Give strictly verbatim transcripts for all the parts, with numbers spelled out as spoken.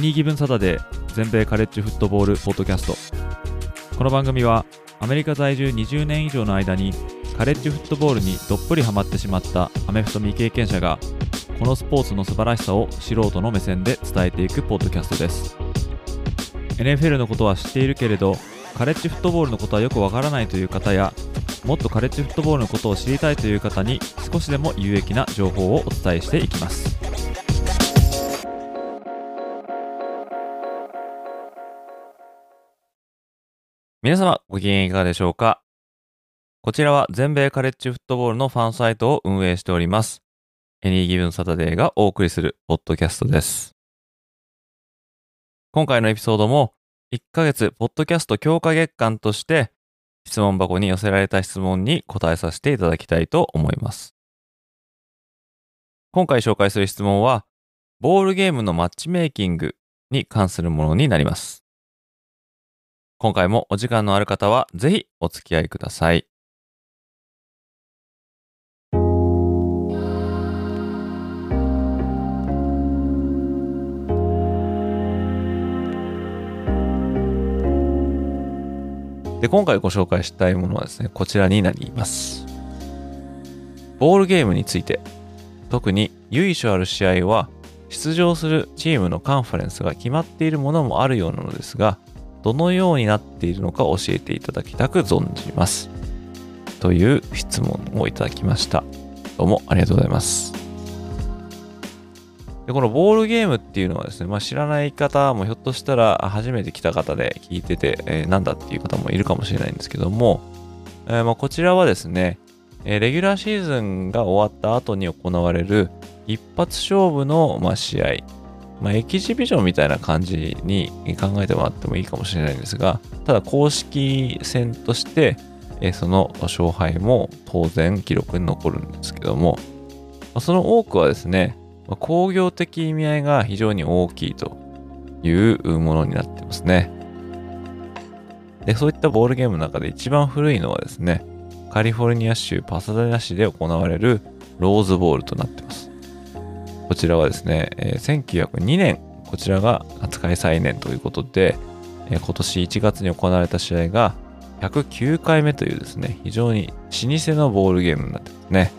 ニーギブンサタデー全米カレッジフットボールポッドキャスト。この番組はアメリカ在住にじゅうねん以上の間にカレッジフットボールにどっぷりハマってしまったアメフト未経験者がこのスポーツの素晴らしさを素人の目線で伝えていくポッドキャストです。 エヌエフエル のことは知っているけれどカレッジフットボールのことはよくわからないという方や、もっとカレッジフットボールのことを知りたいという方に少しでも有益な情報をお伝えしていきます。皆様ご機嫌いかがでしょうか。こちらは全米カレッジフットボールのファンサイトを運営しておりますエニーギブンサタデーがお送りするポッドキャストです。今回のエピソードもいっかげつポッドキャスト強化月間として質問箱に寄せられた質問に答えさせていただきたいと思います。今回紹介する質問はボールゲームのマッチメイキングに関するものになります。今回もお時間のある方はぜひお付き合いください。で、今回ご紹介したいものはですね、こちらになります。ボールゲームについて、特に由緒ある試合は出場するチームのカンファレンスが決まっているものもあるようなのですが、どのようになっているのか教えていただきたく存じます。という質問をいただきました。どうもありがとうございます。で、このボールゲームっていうのはですね、まあ、知らない方もひょっとしたら初めて来た方で聞いてて、えー、なんだっていう方もいるかもしれないんですけども、えー、まあこちらはですね、えー、レギュラーシーズンが終わった後に行われる一発勝負の、まあ、試合、まあ、エキシビジョンみたいな感じに考えてもらってもいいかもしれないんですが、ただ公式戦として、えー、その勝敗も当然記録に残るんですけども、まあ、その多くはですね、まあ、工業的意味合いが非常に大きいというものになってますね。で、そういったボールゲームの中で一番古いのはですね、カリフォルニア州パサデナ市で行われるローズボールとなっています。こちらはですね、えー、せんきゅうひゃくにねん、こちらが開催年ということで、えー、今年いちがつに行われた試合がひゃくきゅうかいめというですね、非常に老舗のボールゲームになってますね。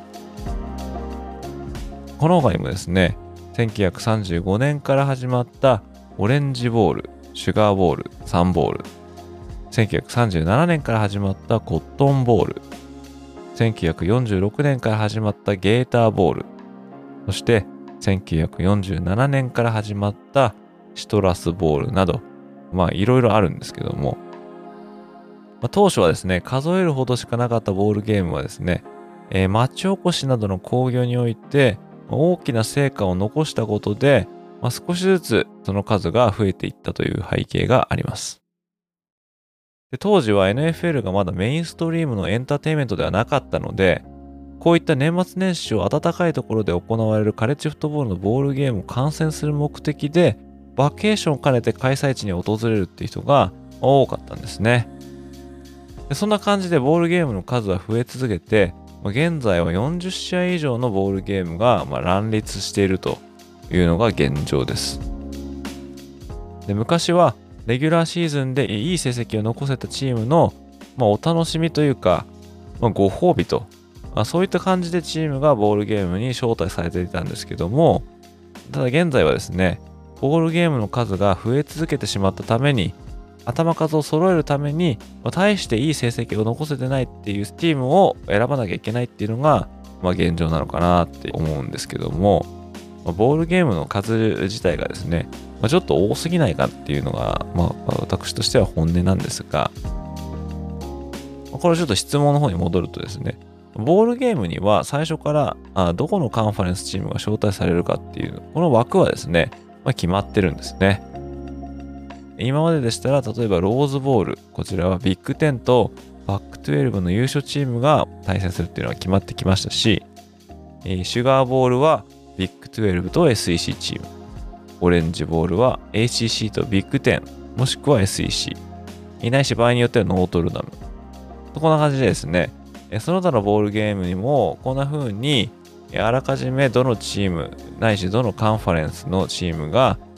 この他にもですね、せんきゅうひゃくさんじゅうごねんから始まったオレンジボール、シュガーボール、サンボール、せんきゅうひゃくさんじゅうななねんから始まったコットンボール、せんきゅうひゃくよんじゅうろくねんから始まったゲーターボール、そしてせんきゅうひゃくよんじゅうななねんから始まったシトラスボールなど、まあいろいろあるんですけども、まあ、当初はですね、数えるほどしかなかったボールゲームはですね、えー、町おこしなどの興行において大きな成果を残したことで、まあ、少しずつその数が増えていったという背景があります。で、当時は エヌエフエル がまだメインストリームのエンターテインメントではなかったので、こういった年末年始を暖かいところで行われるカレッジフットボールのボールゲームを観戦する目的でバケーションを兼ねて開催地に訪れるっていう人が多かったんですね。で、そんな感じでボールゲームの数は増え続けて、現在はよんじゅっしあい以上のボールゲームがまあ乱立しているというのが現状です。で、昔はレギュラーシーズンでいい成績を残せたチームの、まあ、お楽しみというか、まあ、ご褒美と、まあ、そういった感じでチームがボールゲームに招待されていたんですけども、ただ現在はですね、ボールゲームの数が増え続けてしまったために、頭数を揃えるために、まあ、大していい成績を残せてないっていうチームを選ばなきゃいけないっていうのが、まあ、現状なのかなって思うんですけども、まあ、ボールゲームの数自体がですね、まあ、ちょっと多すぎないかっていうのが、まあ、私としては本音なんですが、これちょっと質問の方に戻るとですね、ボールゲームには最初からあどこのカンファレンスチームが招待されるかっていう、この枠はですね、まあ、決まってるんですね。今まででしたら、例えばローズボール、こちらはビッグテンとパックじゅうにの優勝チームが対戦するっていうのは決まってきましたし、シュガーボールはビッグじゅうにと エスイーシー チーム、オレンジボールは エーシーシー とビッグテン、もしくは エスイーシー、いないし場合によってはノートルダム。こんな感じでですね、その他のボールゲームにもこんな風にあらかじめどのチームないしどのカンファレンスのチームが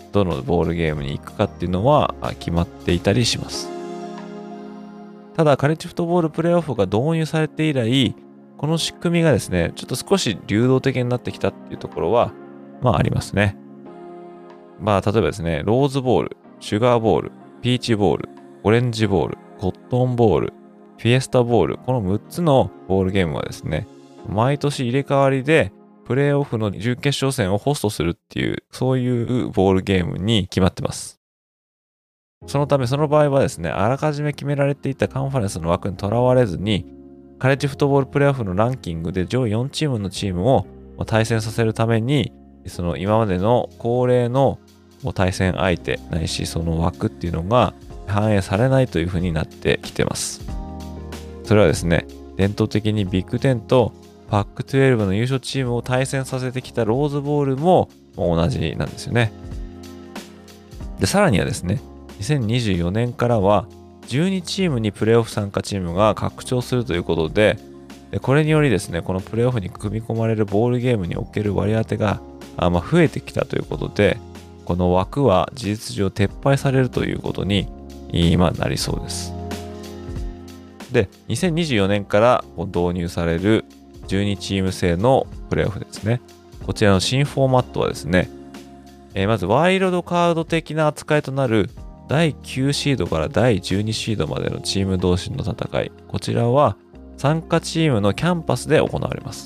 どのボールゲームに行くかっていうのは決まっていたりします。ただ、カレッジフットボールプレーオフが導入されて以来、この仕組みがですね、ちょっと少し流動的になってきたっていうところは、まあありますね。まあ、例えばですね、ローズボール、シュガーボール、ピーチボール、オレンジボール、コットンボール、フィエスタボール、このむっつのボールゲームはですね、毎年入れ替わりでプレーオフの準決勝戦をホストするっていう、そういうボールゲームに決まってます。そのためその場合はですね、あらかじめ決められていたカンファレンスの枠にとらわれずに、カレッジフットボールプレーオフのランキングで上位よんチームのチームを対戦させるために、その今までの恒例の対戦相手ないしその枠っていうのが反映されないという風になってきてます。それはですね、伝統的にビッグテンとパックじゅうにの優勝チームを対戦させてきたローズボールも同じなんですよね。で、さらにはですね、にせんにじゅうよねんからはじゅうにチームにプレーオフ参加チームが拡張するということで、でこれによりですね、このプレーオフに組み込まれるボールゲームにおける割り当てがあ、まあ、増えてきたということで、この枠は事実上撤廃されるということに今なりそうです。で、にせんにじゅうよねんから導入されるじゅうにチーム制のプレーオフですね。こちらの新フォーマットはですね、えー、まずワイルドカード的な扱いとなるだいきゅうシードからだいじゅうにシードまでのチーム同士の戦い。こちらは参加チームのキャンパスで行われます。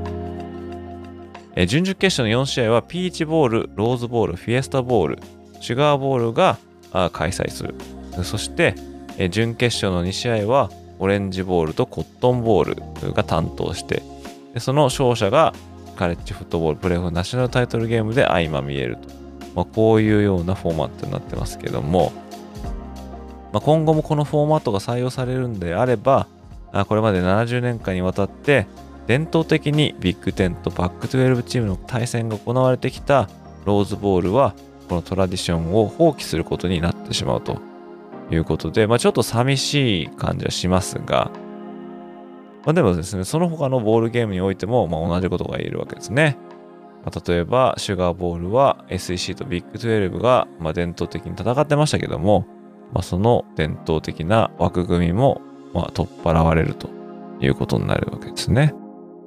えー、準々決勝のよん試合はピーチボール、ローズボール、フィエスタボール、シュガーボールが開催する。そして、えー、準決勝のに試合はオレンジボールとコットンボールが担当して、でその勝者がカレッジフットボールプレーオフナショナルタイトルゲームで相まみえると。まあ、こういうようなフォーマットになってますけども、まあ、今後もこのフォーマットが採用されるんであれば、あこれまでななじゅうねんかんにわたって伝統的にビッグテンとパックじゅうにチームの対戦が行われてきたローズボールはこのトラディションを放棄することになってしまうということで、まあ、ちょっと寂しい感じはしますが、まあ、でもですね、その他のボールゲームにおいてもまあ同じことが言えるわけですね。まあ、例えばシュガーボールは エスイーシー とビッグじゅうにがまあ伝統的に戦ってましたけども、まあ、その伝統的な枠組みもまあ取っ払われるということになるわけですね。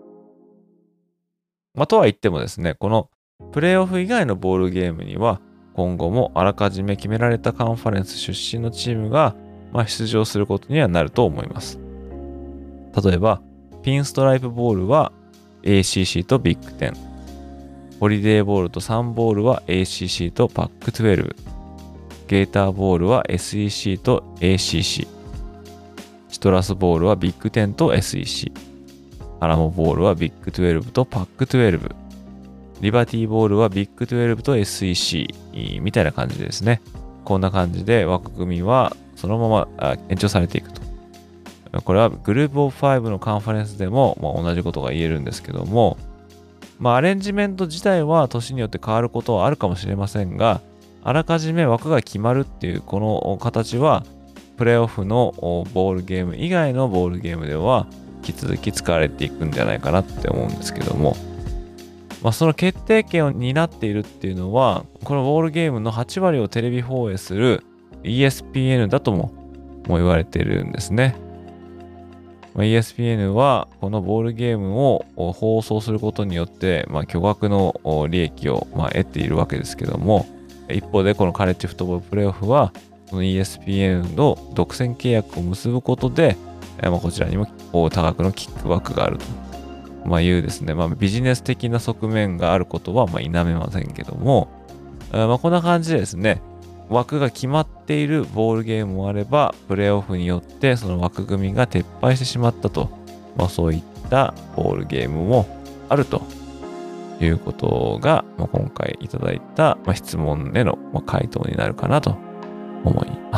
まあ、とは言ってもですね、このプレーオフ以外のボールゲームには今後もあらかじめ決められたカンファレンス出身のチームがまあ出場することにはなると思います。例えばピンストライプボールは エーシーシー とビッグテン、ホリデーボールとサンボールは エーシーシー とパックじゅうに、ゲーターボールは エスイーシー と エーシーシー、シトラスボールはビッグテンと エスイーシー、アラモボールはビッグじゅうにとパックじゅうに、リバティボールはビッグじゅうにと エスイーシー みたいな感じでですね、こんな感じで枠組みはそのまま延長されていくと。これはグループオブごのカンファレンスでもまあ同じことが言えるんですけども、まあ、アレンジメント自体は年によって変わることはあるかもしれませんが、あらかじめ枠が決まるっていうこの形は、プレーオフのボールゲーム以外のボールゲームでは引き続き使われていくんじゃないかなって思うんですけども、まあ、その決定権を担っているっていうのは、このボールゲームのはち割をテレビ放映する イーエスピーエヌ だとも、も言われているんですね。イーエスピーエヌ はこのボールゲームを放送することによって、まあ、巨額の利益をまあ得ているわけですけども、一方でこのカレッジフットボールプレーオフはこの イーエスピーエヌ の独占契約を結ぶことで、まあ、こちらにも多額のキックバックがあると、まあ、いうですね、まあ、ビジネス的な側面があることはまあ否めませんけども、まあ、こんな感じでですね、枠が決まっているボールゲームもあれば、プレーオフによってその枠組みが撤廃してしまったと、まあ、そういったボールゲームもあるということが、まあ、今回いただいた、まあ、質問への、まあ、回答になるかなと思います。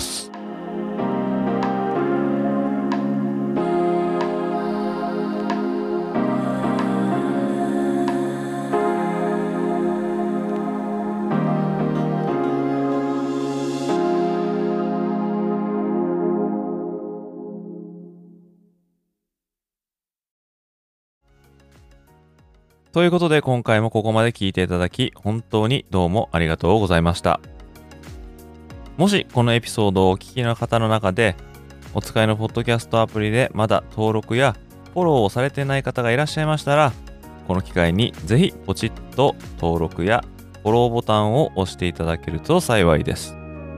ということで今回もここまで聞いていただき本当にどうもありがとうございました。もしこのエピソードをお聞きの方の中でお使いのポッドキャストアプリでまだ登録やフォローをされていない方がいらっしゃいましたら、この機会にぜひポチッと登録やフォローボタンを押していただけると幸いです。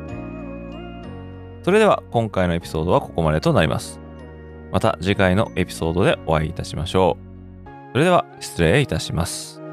それでは今回のエピソードはここまでとなります。また次回のエピソードでお会いいたしましょう。それでは失礼いたします。